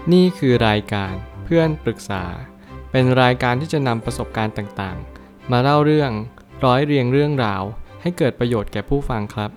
นี่คือรายการเพื่อนปรึกษาเป็นรายการที่จะนำประสบการณ์ต่างๆมาเล่าเรื่องร้อยเรียงเรื่องราวให้เกิดประโยชน์แก่ผู้ฟังครับ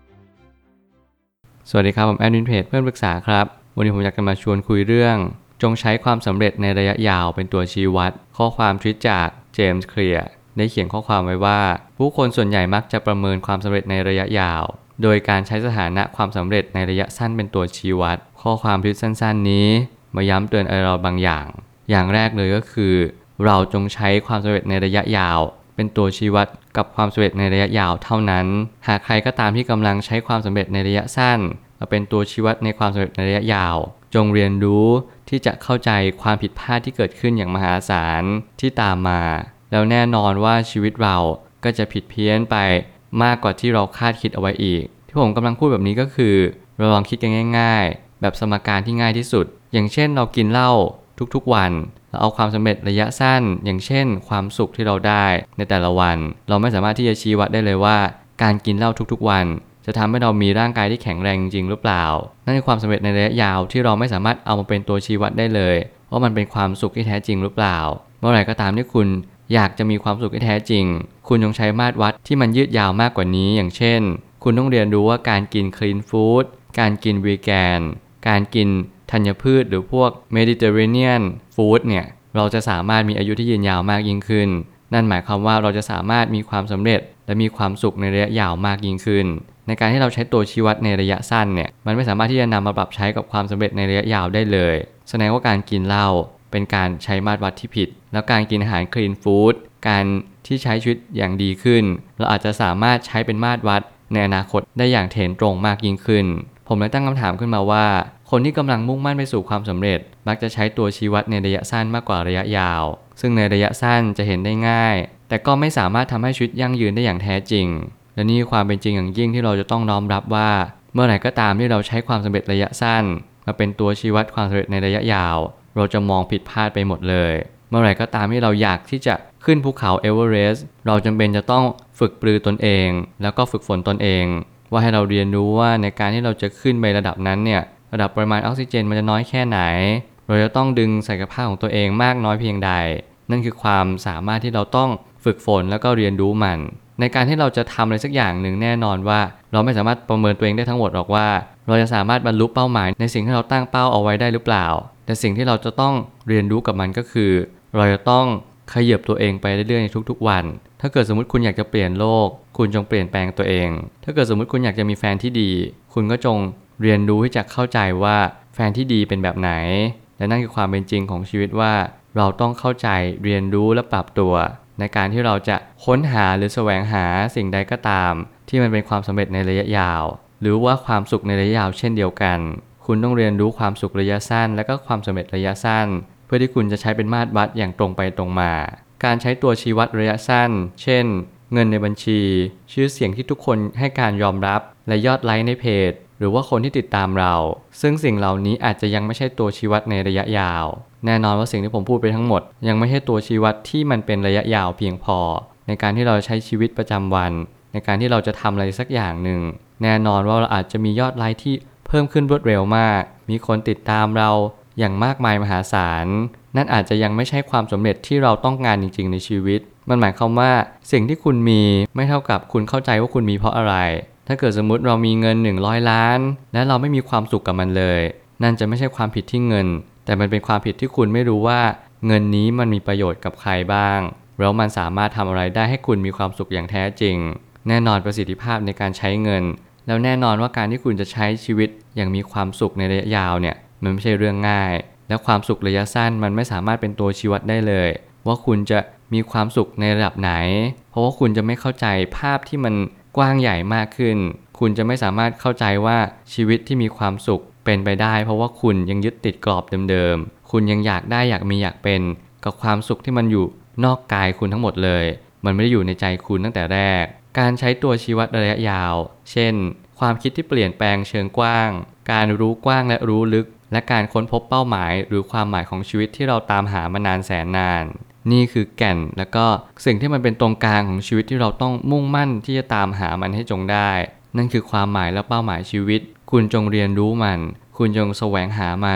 สวัสดีครับผมแอดมินเพจเพื่อนปรึกษาครับวันนี้ผมอยากจะมาชวนคุยเรื่องจงใช้ความสำเร็จในระยะยาวเป็นตัวชี้วัดข้อความทวิตจากเจมส์เคลียร์ได้เขียนข้อความไว้ว่าผู้คนส่วนใหญ่มักจะประเมินความสำเร็จในระยะยาวโดยการใช้สถานะความสำเร็จในระยะสั้นเป็นตัวชี้วัดข้อความทวิตสั้นๆนี้มาย้ำเตือนอะไรเราบางอย่างแรกเลยก็คือเราจงใช้ความสำเร็จในระยะยาวเป็นตัวชี้วัดกับความสำเร็จในระยะยาวเท่านั้นหากใครก็ตามที่กำลังใช้ความสำเร็จในระยะสั้นมาเป็นตัวชี้วัดในความสำเร็จในระยะยาวจงเรียนรู้ที่จะเข้าใจความผิดพลาดที่เกิดขึ้นอย่างมหาศาลที่ตามมาแล้วแน่นอนว่าชีวิตเราก็จะผิดเพี้ยนไปมากกว่าที่เราคาดคิดเอาไว้อีกที่ผมกำลังพูดแบบนี้ก็คือเราลองคิดกันง่ายๆแบบสมการที่ง่ายที่สุดอย่างเช่นเรากินเหล้าทุกๆวันเราเอาความสำเร็จระยะสั้นอย่างเช่นความสุขที่เราได้ในแต่ละวันเราไม่สามารถที่จะชี้วัดได้เลยว่าการกินเหล้าทุกๆวันจะทำให้เรามีร่างกายที่แข็งแรงจริงหรือเปล่านั่นคือความสำเร็จในระยะยาวที่เราไม่สามารถเอามาเป็นตัวชี้วัดได้เลยว่ามันเป็นความสุขที่แท้จริงหรือเปล่าเมื่อไหร่ก็ตามที่คุณอยากจะมีความสุขที่แท้จริงคุณจงใช้มาตรวัดที่มันยืดยาวมากกว่านี้อย่างเช่นคุณต้องเรียนรู้ว่าการกินคลีนฟู้ดการกินวีแกนการกินธัญพืชหรือพวกเมดิเตอร์เรเนียนฟู้ดเนี่ยเราจะสามารถมีอายุที่ยืนยาวมากยิ่งขึ้นนั่นหมายความว่าเราจะสามารถมีความสำเร็จและมีความสุขในระยะยาวมากยิ่งขึ้นในการที่เราใช้ตัวชี้วัดในระยะสั้นเนี่ยมันไม่สามารถที่จะนำมาปรับใช้กับความสำเร็จในระยะยาวได้เลยแสดงว่าการกินเหล้าเป็นการใช้มาตรวัดที่ผิดแล้วการกินอาหารคลีนฟู้ดการที่ใช้ชีวิตอย่างดีขึ้นเราอาจจะสามารถใช้เป็นมาตรวัดในอนาคตได้อย่างเถนตรงมากยิ่งขึ้นผมเลยตั้งคำถามขึ้นมาว่าคนที่กำลังมุ่งมั่นไปสู่ความสำเร็จมักจะใช้ตัวชี้วัดในระยะสั้นมากกว่าระยะยาวซึ่งในระยะสั้นจะเห็นได้ง่ายแต่ก็ไม่สามารถทำให้ชีวิตยั่งยืนได้อย่างแท้จริงและนี่ความเป็นจริงอย่างยิ่งที่เราจะต้องน้อมรับว่าเมื่อไหร่ก็ตามที่เราใช้ความสำเร็จระยะสั้นมาเป็นตัวชี้วัดความสำเร็จในระยะยาวเราจะมองผิดพลาดไปหมดเลยเมื่อไหร่ก็ตามที่เราอยากที่จะขึ้นภูเขาเอเวอเรสต์เราจำเป็นจะต้องฝึกปรือตนเองแล้วก็ฝึกฝนตนเองว่าให้เราเรียนรู้ว่าในการที่เราจะขึ้นไประดับนั้นเนี่ยระดับปริมาณออกซิเจนมันจะน้อยแค่ไหนเราจะต้องดึงศักยภาพของตัวเองมากน้อยเพียงใดนั่นคือความสามารถที่เราต้องฝึกฝนแล้วก็เรียนรู้มันในการที่เราจะทำอะไรสักอย่างหนึ่งแน่นอนว่าเราไม่สามารถประเมินตัวเองได้ทั้งหมดหรอกว่าเราจะสามารถบรรลุเป้าหมายในสิ่งที่เราตั้งเป้าเอาไว้ได้หรือเปล่าแต่สิ่งที่เราจะต้องเรียนรู้กับมันก็คือเราจะต้องขยับตัวเองไปเรื่อยๆในทุกๆวันถ้าเกิดสมมุติคุณอยากจะเปลี่ยนโลกคุณจงเปลี่ยนแปลงตัวเองถ้าเกิดสมมุติคุณอยากจะมีแฟนที่ดีคุณก็จงเรียนรู้ที่จะเข้าใจว่าแฟนที่ดีเป็นแบบไหนและนั่นคือความเป็นจริงของชีวิตว่าเราต้องเข้าใจเรียนรู้และปรับตัวในการที่เราจะค้นหาหรือแสวงหาสิ่งใดก็ตามที่มันเป็นความสำเร็จในระยะยาวหรือว่าความสุขในระยะยาวเช่นเดียวกันคุณต้องเรียนรู้ความสุขระยะสั้นและก็ความสำเร็จระยะสั้นเพื่อที่คุณจะใช้เป็นมาตรวัดอย่างตรงไปตรงมาการใช้ตัวชี้วัดระยะสั้นเช่นเงินในบัญชีชื่อเสียงที่ทุกคนให้การยอมรับและยอดไลค์ในเพจหรือว่าคนที่ติดตามเราซึ่งสิ่งเหล่านี้อาจจะยังไม่ใช่ตัวชี้วัดในระยะยาวแน่นอนว่าสิ่งที่ผมพูดไปทั้งหมดยังไม่ใช่ตัวชี้วัดที่มันเป็นระยะยาวเพียงพอในการที่เราใช้ชีวิตประจำวันในการที่เราจะทำอะไรสักอย่างหนึ่งแน่นอนว่าเราอาจจะมียอดไลค์ที่เพิ่มขึ้นรวดเร็วมากมีคนติดตามเราอย่างมากมายมหาศาลนั่นอาจจะยังไม่ใช่ความสำเร็จที่เราต้องการจริงๆในชีวิตมันหมายความว่าสิ่งที่คุณมีไม่เท่ากับคุณเข้าใจว่าคุณมีเพราะอะไรถ้าเกิดสมมุติเรามีเงิน100 ล้านและเราไม่มีความสุขกับมันเลยนั่นจะไม่ใช่ความผิดที่เงินแต่มันเป็นความผิดที่คุณไม่รู้ว่าเงินนี้มันมีประโยชน์กับใครบ้างแล้วมันสามารถทำอะไรได้ให้คุณมีความสุขอย่างแท้จริงแน่นอนประสิทธิภาพในการใช้เงินแล้วแน่นอนว่าการที่คุณจะใช้ชีวิตอย่างมีความสุขในระยะยาวเนี่ยมันไม่ใช่เรื่องง่ายและความสุขระยะสั้นมันไม่สามารถเป็นตัวชี้วัดได้เลยว่าคุณจะมีความสุขในระดับไหนเพราะว่าคุณจะไม่เข้าใจภาพที่มันกว้างใหญ่มากขึ้นคุณจะไม่สามารถเข้าใจว่าชีวิตที่มีความสุขเป็นไปได้เพราะว่าคุณยังยึดติดกรอบเดิมๆคุณยังอยากได้อยากมีอยากเป็นกับความสุขที่มันอยู่นอกกายคุณทั้งหมดเลยมันไม่ได้อยู่ในใจคุณตั้งแต่แรกการใช้ตัวชี้วัดระยะยาวเช่นความคิดที่เปลี่ยนแปลงเชิงกว้างการรู้กว้างและรู้ลึกและการค้นพบเป้าหมายหรือความหมายของชีวิตที่เราตามหามานานแสนนานนี่คือแก่นและก็สิ่งที่มันเป็นตรงกลางของชีวิตที่เราต้องมุ่งมั่นที่จะตามหามันให้จงได้นั่นคือความหมายและเป้าหมายชีวิตคุณจงเรียนรู้มันคุณจงแสวงหามัน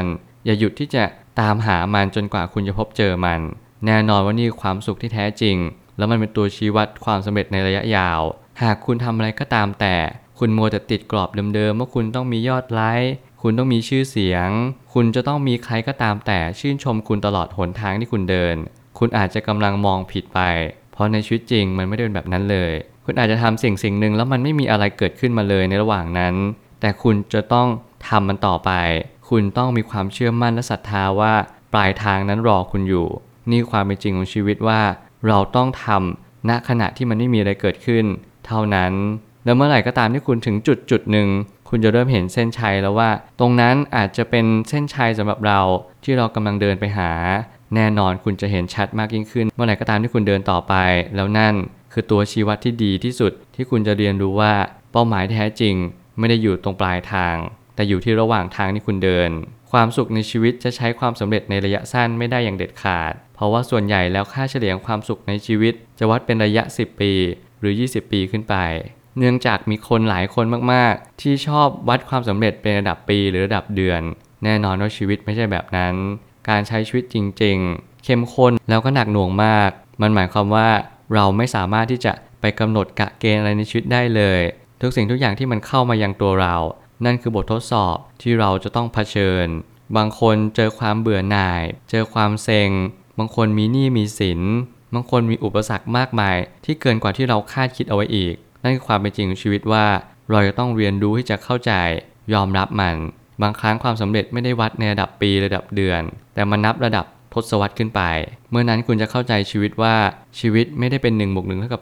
อย่าหยุดที่จะตามหามันจนกว่าคุณจะพบเจอมันแน่นอนว่านี่คือความสุขที่แท้จริงแล้วมันเป็นตัวชี้วัดความสำเร็จในระยะยาวหากคุณทำอะไรก็ตามแต่คุณมัวแต่ติดกรอบเดิมๆว่าคุณต้องมียอดไลค์คุณต้องมีชื่อเสียงคุณจะต้องมีใครก็ตามแต่ชื่นชมคุณตลอดหนทางที่คุณเดินคุณอาจจะกำลังมองผิดไปเพราะในชีวิตจริงมันไม่ได้เป็นแบบนั้นเลยคุณอาจจะทำสิ่งหนึ่งแล้วมันไม่มีอะไรเกิดขึ้นมาเลยในระหว่างนั้นแต่คุณจะต้องทำมันต่อไปคุณต้องมีความเชื่อมั่นและศรัทธาว่าปลายทางนั้นรอคุณอยู่นี่ความเป็นจริงของชีวิตว่าเราต้องทำณขณะที่มันไม่มีอะไรเกิดขึ้นเท่านั้นแล้วเมื่อไหร่ก็ตามที่คุณถึงจุดหนึ่งคุณจะเริ่มเห็นเส้นชัยแล้วว่าตรงนั้นอาจจะเป็นเส้นชัยสำหรับเราที่เรากำลังเดินไปหาแน่นอนคุณจะเห็นชัดมากยิ่งขึ้นเมื่อไหร่ก็ตามที่คุณเดินต่อไปแล้วนั่นคือตัวชี้วัดที่ดีที่สุดที่คุณจะเรียนรู้ว่าเป้าหมายแท้จริงไม่ได้อยู่ตรงปลายทางแต่อยู่ที่ระหว่างทางที่คุณเดินความสุขในชีวิตจะใช้ความสำเร็จในระยะสั้นไม่ได้อย่างเด็ดขาดเพราะว่าส่วนใหญ่แล้วค่าเฉลี่ยความสุขในชีวิตจะวัดเป็นระยะ10ปีหรือ20ปีขึ้นไปเนื่องจากมีคนหลายคนมากๆที่ชอบวัดความสำเร็จเป็นระดับปีหรือระดับเดือนแน่นอนว่าชีวิตไม่ใช่แบบนั้นการใช้ชีวิตจริงๆเข้มข้นแล้วก็หนักหน่วงมากมันหมายความว่าเราไม่สามารถที่จะไปกำหนดกะเกณฑ์อะไรในชีวิตได้เลยทุกสิ่งทุกอย่างที่มันเข้ามายังตัวเรานั่นคือบททดสอบที่เราจะต้องเผชิญบางคนเจอความเบื่อหน่ายเจอความเซ็งบางคนมีหนี้มีสินบางคนมีอุปสรรคมากมายที่เกินกว่าที่เราคาดคิดเอาไว้อีกนั่นคือความเป็นจริงของชีวิตว่าเราจะต้องเรียนรู้ที่จะเข้าใจยอมรับมันบางครั้งความสำเร็จไม่ได้วัดในระดับปีระดับเดือนแต่มันนับระดับทศวรรษขึ้นไปเมื่อนั้นคุณจะเข้าใจชีวิตว่าชีวิตไม่ได้เป็น1 บวก 1เท่ากับ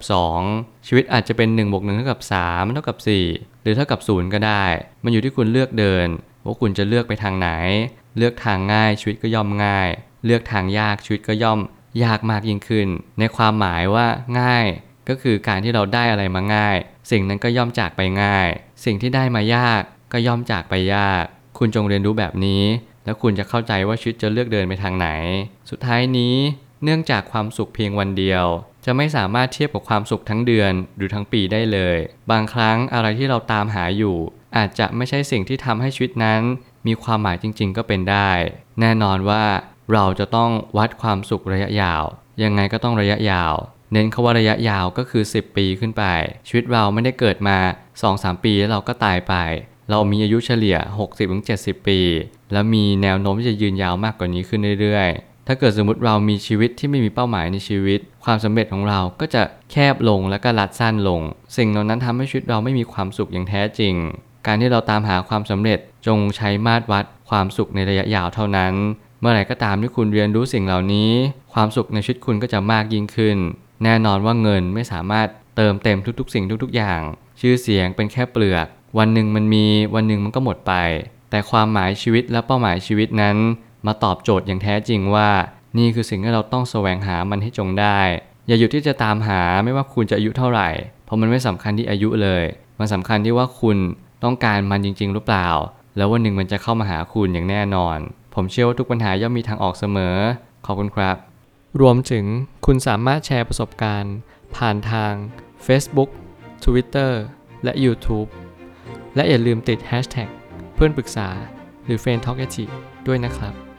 2ชีวิตอาจจะเป็น1 บวก 1เท่ากับ3เท่ากับ4หรือเท่ากับ0ก็ได้มันอยู่ที่คุณเลือกเดินว่าคุณจะเลือกไปทางไหนเลือกทางง่ายชีวิตก็ย่อมง่ายเลือกทางยากชีวิตก็ย่อมยากมากยิ่งขึ้นในความหมายว่าง่ายก็คือการที่เราได้อะไรมาง่ายสิ่งนั้นก็ย่อมจากไปง่ายสิ่งที่ได้มายากก็ย่อมจากไปยากคุณจงเรียนรู้แบบนี้แล้วคุณจะเข้าใจว่าชีวิตจะเลือกเดินไปทางไหนสุดท้ายนี้เนื่องจากความสุขเพียงวันเดียวจะไม่สามารถเทียบกับความสุขทั้งเดือนหรือทั้งปีได้เลยบางครั้งอะไรที่เราตามหาอยู่อาจจะไม่ใช่สิ่งที่ทำให้ชีวิตนั้นมีความหมายจริงๆก็เป็นได้แน่นอนว่าเราจะต้องวัดความสุขระยะยาวยังไงก็ต้องระยะยาวเน้นคำว่าระยะยาวก็คือ10ปีขึ้นไปชีวิตเราไม่ได้เกิดมา 2-3 ปีแล้วเราก็ตายไปเรามีอายุเฉลี่ย 60-70 ปีแล้วมีแนวโน้มที่จะยืนยาวมากกว่านี้ขึ้นเรื่อยๆถ้าเกิดสมมติเรามีชีวิตที่ไม่มีเป้าหมายในชีวิตความสำเร็จของเราก็จะแคบลงและก็รัดสั้นลงสิ่งเหล่านั้นทำให้ชีวิตเราไม่มีความสุขอย่างแท้จริงการที่เราตามหาความสำเร็จจงใช้มาตรวัดความสุขในระยะยาวเท่านั้นเมื่อไหร่ก็ตามที่คุณเรียนรู้สิ่งเหล่านี้ความสุขในชีวิตคุณก็จะมากยิ่งขึ้นแน่นอนว่าเงินไม่สามารถเติมเต็มทุกๆสิ่งทุกๆอย่างชื่อเสียงเป็นแค่เปลือกวันหนึ่งมันมีวันหนึ่งมันก็หมดไปแต่ความหมายชีวิตและเป้าหมายชีวิตนั้นมาตอบโจทย์อย่างแท้จริงว่านี่คือสิ่งที่เราต้องแสวงหามันให้จงได้อย่าหยุดที่จะตามหาไม่ว่าคุณจะอายุเท่าไหร่เพราะมันไม่สำคัญที่อายุเลยมันสำคัญที่ว่าคุณต้องการมันจริงๆหรือเปล่าแล้ววันหนึ่งมันจะเข้ามาหาคุณอย่างแน่นอนผมเชื่อว่าทุกปัญหาย่อมมีทางออกเสมอขอบคุณครับรวมถึงคุณสามารถแชร์ประสบการณ์ผ่านทาง Facebook Twitter และ YouTube และอย่าลืมติด hashtag เพื่อนปรึกษาหรือ Friend Talk ด้วยนะครับ